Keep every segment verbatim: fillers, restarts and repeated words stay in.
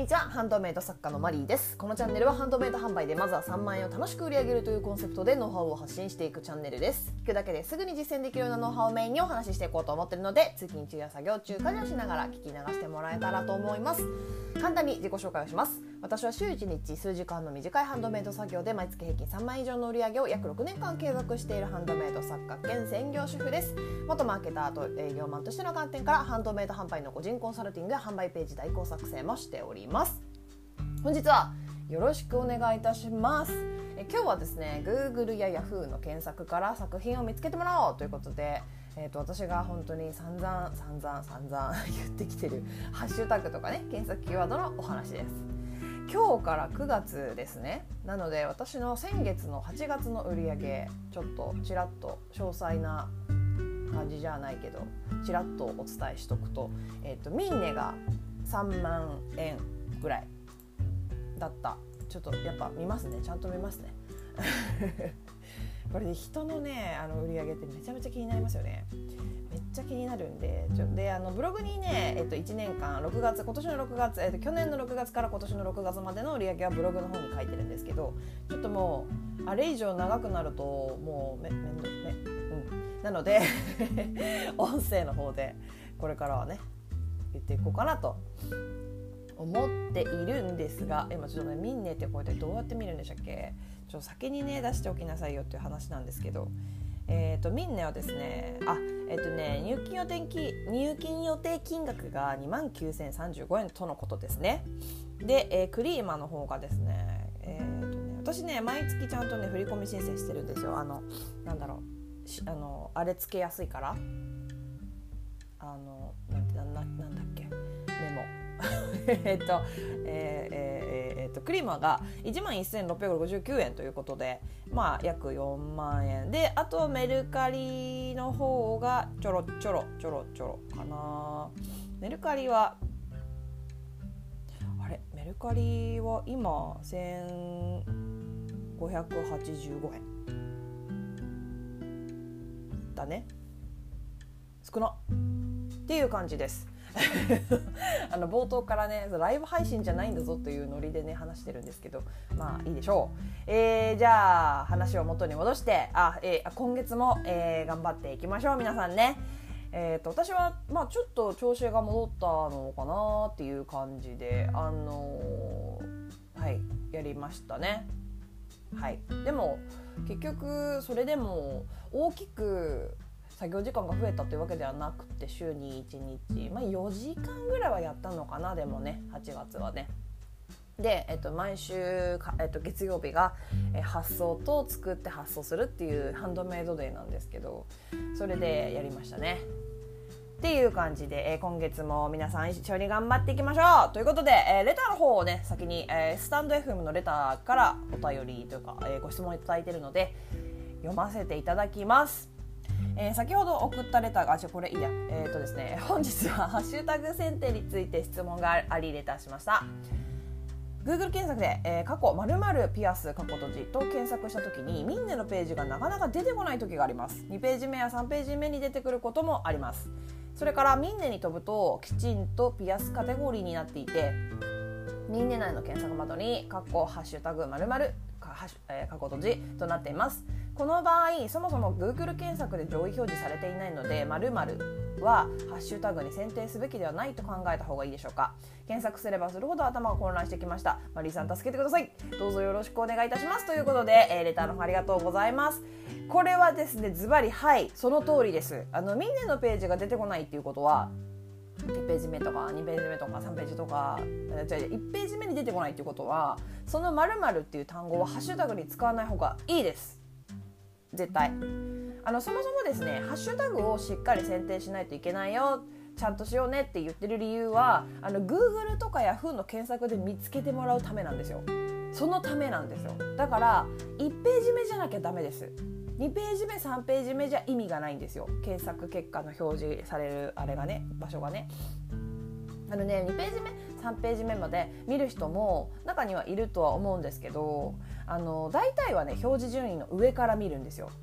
ちは、ハンドメイド作家のマリーです。このチャンネルはハンドメイド販売でまずはさんまんえんを楽しく売り上げるというコンセプトでノウハウを発信していくチャンネルです。聞くだけですぐに実践できるようなノウハウをメインにお話ししていこうと思っているので、通勤中や作業中、家事をしながら聞き流してもらえたらと思います。簡単に自己紹介をします。私は週いちにち数時間の短いハンドメイド作業で毎月平均さんまんえん以上の売り上げを約ろくねんかん継続しているハンドメイド作家兼専業主婦です。元マーケターと営業マンとしての観点からハンドメイド販売の個人コンサルティングや販売ページ代行作成もしております。本日はよろしくお願いいたします。え今日はですね Google や Yahoo の検索から作品を見つけてもらおうということで、えー、と私が本当に散々散々散々言ってきてるハッシュタグとかね、検索キーワードのお話です。今日からくがつですね。なので私の先月のはちがつの売り上げ、ちょっとちらっと詳細な感じじゃないけどちらっとお伝えしとくと、えー、とミンネがさんまんえんぐらいだった。ちょっとやっぱ見ますね、ちゃんと見ますねこれで人のねあの売り上げってめちゃめちゃ気になりますよね。めっちゃ気になるんで、ちょであのブログにね、えっと、いちねんかんろくがつ今年のろくがつ、えっと、去年のろくがつから今年のろくがつまでの売り上げはブログの方に書いてるんですけど、ちょっともうあれ以上長くなるともうめめんどめ、うん、なので音声の方でこれからはね言っていこうかなと思っているんですが、今ちょっとねミンネってこれでどうやって見るんでしたっけ。ちょっと先にね出しておきなさいよっていう話なんですけど、えーとミンネはですねあえっ、ー、とね入金予定金入金予定金額がにまんきゅうせんさんじゅうごえんとのことですね。で、えー、クリーマの方がですねえーとね私ね毎月ちゃんとね振込申請してるんですよ。あのなんだろうあのあれつけやすいから、あのなんてな、な、なんだっけメモえっと、えーえーえー、とクリーマーが いちまんせんろっぴゃくごじゅうきゅうえんということで、まあ約よんまんえんで、あとメルカリの方がちょろちょろちょろちょろかな。メルカリはあれメルカリは今せんごひゃくはちじゅうごえんだね。少なっていう感じですあの冒頭からねライブ配信じゃないんだぞというノリでね話してるんですけど、まあいいでしょう。えー、じゃあ話を元に戻してあ、えー、今月も、えー、頑張っていきましょう皆さんね。えー、と私は、まあ、ちょっと調子が戻ったのかなっていう感じで、あのー、はいやりましたね。はい、でも結局それでも大きく作業時間が増えたというわけではなくて、週にいちにち、まあ、よじかんぐらいはやったのかな。でもねはちがつはねで、えっと、毎週か、えっと、月曜日が、え発送と作って発送するっていうハンドメイドデーなんですけど、それでやりましたねっていう感じで、えー、今月も皆さん一緒に頑張っていきましょうということで、えー、レターの方をね先に、えー、スタンド エフエム のレターからお便りというか、えー、ご質問いただいているので読ませていただきます。えー、先ほど送ったレターがあ、じゃこれいいや、えーとですね、本日はハッシュタグ選定について質問がありレターしました。 Google 検索で、えー、過去〇〇ピアス過去閉じと検索した時にミンネのページがなかなか出てこない時があります。にページ目やさんページ目に出てくることもあります。それからミンネに飛ぶときちんとピアスカテゴリーになっていて、ミンネ内の検索窓に過去ハッシュタグ〇〇過去閉じとなっています。この場合そもそも Google 検索で上位表示されていないので〇〇はハッシュタグに選定すべきではないと考えた方がいいでしょうか。検索すればするほど頭が混乱してきました。マリーさん助けてください。どうぞよろしくお願いいたしますということで、えー、レターの方ありがとうございます。これはですねズバリはいその通りです。あのミンネのページが出てこないっていうことはいちページ目とかにページ目とかさんページとかじゃあいちページ目に出てこないっていうことは、その〇〇っていう単語はハッシュタグに使わない方がいいです。絶対あのそもそもですねハッシュタグをしっかり選定しないといけないよ、ちゃんとしようねって言ってる理由はあの Google とか Yahoo の検索で見つけてもらうためなんですよ。そのためなんですよ。だからいちページ目じゃなきゃダメです。にページ目さんページ目じゃ意味がないんですよ。検索結果の表示されるあれがね場所がねあのねにページ目さんページ目まで見る人も中にはいるとは思うんですけど、あの大体はね表示順位の上から見るんですよ。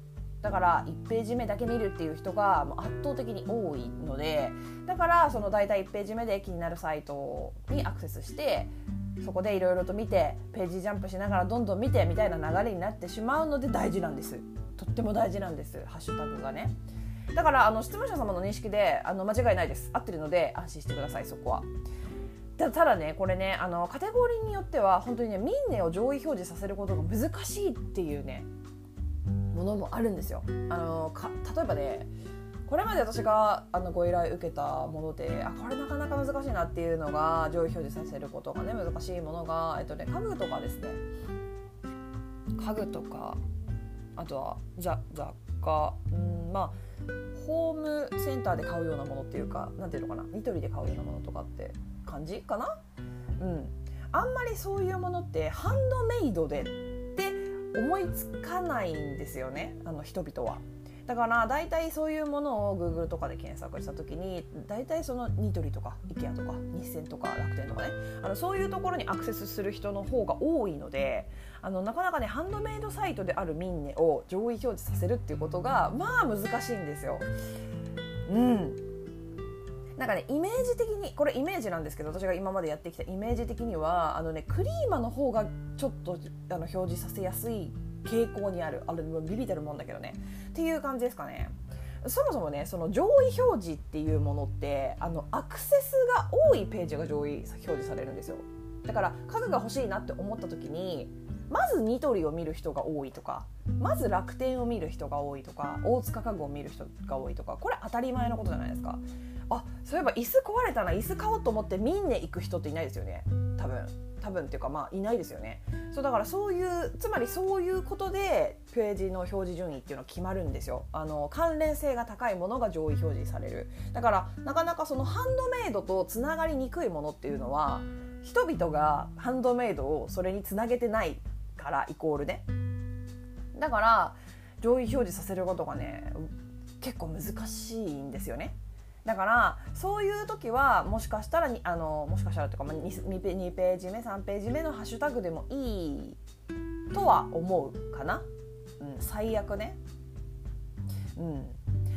だからいちページ目だけ見るっていう人がもう圧倒的に多いので、だからその大体いちページ目で気になるサイトにアクセスしてそこでいろいろと見てページジャンプしながらどんどん見てみたいな流れになってしまうので大事なんです。とっても大事なんです、ハッシュタグがね。だからあの質問者様の認識であの間違いないです。合ってるので安心してください、そこは。ただねこれねあのカテゴリーによっては本当にねミンネを上位表示させることが難しいっていうねものもあるんですよ。あのか例えばねこれまで私があのご依頼受けたものであこれなかなか難しいなっていうのが上位表示させることがね難しいものが、えっとね、家具とかですね、家具とかあとは雑貨、うんまあホームセンターで買うようなものっていうかなんていうのかなニトリで買うようなものとかって感じかな。うんあんまりそういうものってハンドメイドでって思いつかないんですよね、あの人々は。だから大体そういうものを Google とかで検索した時に大体そのニトリとか IKEA とか日銭とか楽天とかねあのそういうところにアクセスする人の方が多いのであのなかなかねハンドメイドサイトであるミンネを上位表示させるっていうことがまあ難しいんですよ。うんなんかねイメージ的にこれイメージなんですけど私が今までやってきたイメージ的にはあのねクリーマの方がちょっとあの表示させやすい傾向にあるあれビビたるもんだけどねっていう感じですかね。そもそもねその上位表示っていうものってあのアクセスが多いページが上位表示されるんですよ。だから家具が欲しいなって思った時にまずニトリを見る人が多いとかまず楽天を見る人が多いとか大塚家具を見る人が多いとかこれ当たり前のことじゃないですか。あそういえば椅子壊れたな椅子買おうと思ってミンネ行く人っていないですよね多分多分っていうかまあいないですよね。そうだからそういうつまりそういうことでページの表示順位っていうのは決まるんですよ。あの関連性が高いものが上位表示される。だからなかなかそのハンドメイドとつながりにくいものっていうのは人々がハンドメイドをそれにつなげてないからイコールねだから上位表示させることがね結構難しいんですよね。だからそういう時はもしかしたらにあのもしかしたらというか 2, ペにページ目さんページ目のハッシュタグでもいいとは思うかな、うん、最悪ね、うん、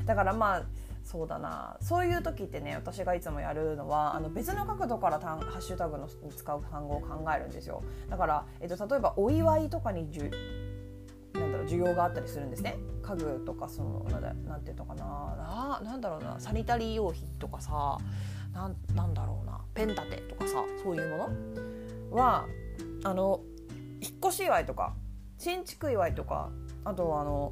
だからまあそうだなそういう時ってね私がいつもやるのはあの別の角度からハッシュタグのに使う単語を考えるんですよ。だから、えっと、例えばお祝いとかにじゅなんだろう需要があったりするんですね。家具とかそのなんだなんていうのかなななんだろうなサニタリー用品とかさなんなんだろうなペン立てとかさそういうものはあの引っ越し祝いとか新築祝いとかあとはあの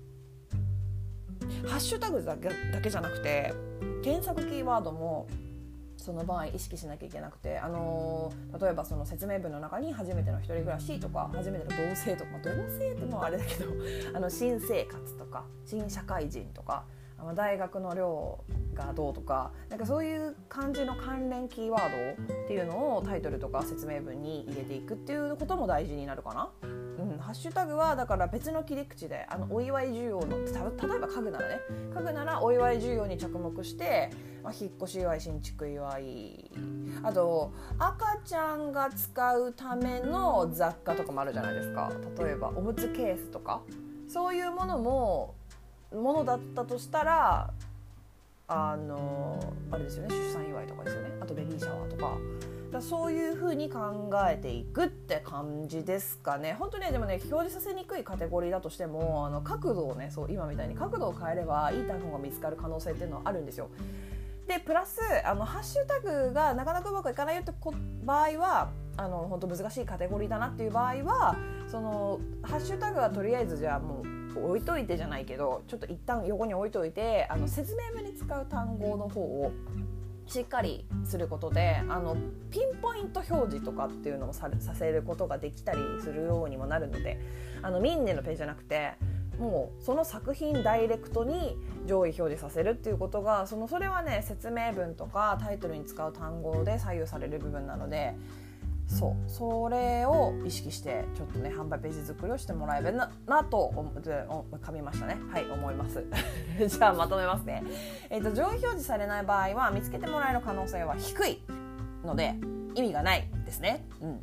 ハッシュタグだけ、だけじゃなくて検索キーワードもその場合意識しなきゃいけなくて、あのー、例えばその説明文の中に初めての一人暮らしとか初めての同棲とか、まあ、同棲ってのはあれだけどあの新生活とか新社会人とか大学の寮がどうとかなんかそういう感じの関連キーワードっていうのをタイトルとか説明文に入れていくっていうことも大事になるかな。うん、ハッシュタグはだから別の切り口であのお祝い需要の例えば家具ならね家具ならお祝い需要に着目して、まあ、引っ越し祝い新築祝いあと赤ちゃんが使うための雑貨とかもあるじゃないですか。例えばおむつケースとかそういうものもものだったとしたらあのあれですよね出産祝いとかですよね。あとベビーシャワーとかだそういう風に考えていくって感じですかね。本当にねでもね表示させにくいカテゴリーだとしてもあの角度をねそう今みたいに角度を変えればいい単語が見つかる可能性っていうのはあるんですよ。でプラスあのハッシュタグがなかなかうまくいかないよって場合はあの本当難しいカテゴリーだなっていう場合はそのハッシュタグはとりあえずじゃあもう置いといてじゃないけどちょっと一旦横に置いといてあの説明文に使う単語の方をしっかりすることであのピンポイント表示とかっていうのも さ, させることができたりするようにもなるのであのミンネのページじゃなくてもうその作品ダイレクトに上位表示させるっていうことがそのそれはね説明文とかタイトルに使う単語で左右される部分なのでそうそれを意識してちょっとね販売ページ作りをしてもらえばな、なと噛みましたねはい思いますじゃあまとめますね、えーと、上位表示されない場合は見つけてもらえる可能性は低いので意味がないですね、うん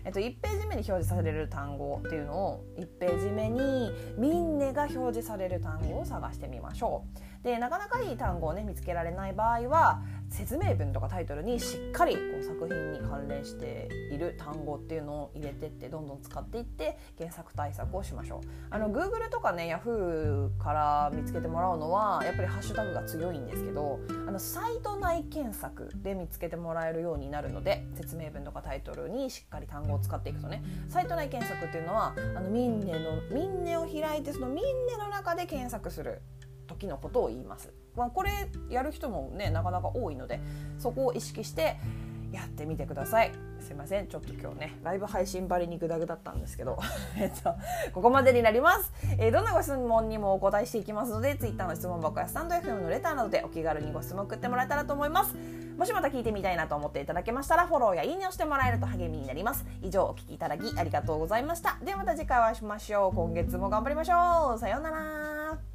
えっと、いちページ目に表示される単語っていうのをいちページ目にみんなが表示される単語を探してみましょう。でなかなかいい単語をね見つけられない場合は説明文とかタイトルにしっかりこう作品に関連している単語っていうのを入れてってどんどん使っていって検索対策をしましょう。あの Google とかね Yahoo から見つけてもらうのはやっぱりハッシュタグが強いんですけど、あのサイト内検索で見つけてもらえるようになるので、説明文とかタイトルにしっかり単語を使っていくとね、サイト内検索っていうのはあのみんなのみんなを開いてそのみんなの中で検索する時のことを言います。まあ、これやる人もねなかなか多いので、そこを意識してやってみてください。すいません、ちょっと今日ねライブ配信ばりにグダグだったんですけどえっとここまでになります。えー、どんなご質問にもお答えしていきますので、 Twitter の質問箱やスタンド エフエム のレターなどでお気軽にご質問送ってもらえたらと思います。もしまた聞いてみたいなと思っていただけましたらフォローやいいねをしてもらえると励みになります。以上お聞きいただきありがとうございました。ではまた次回お会いしましょう。今月も頑張りましょう。さようなら。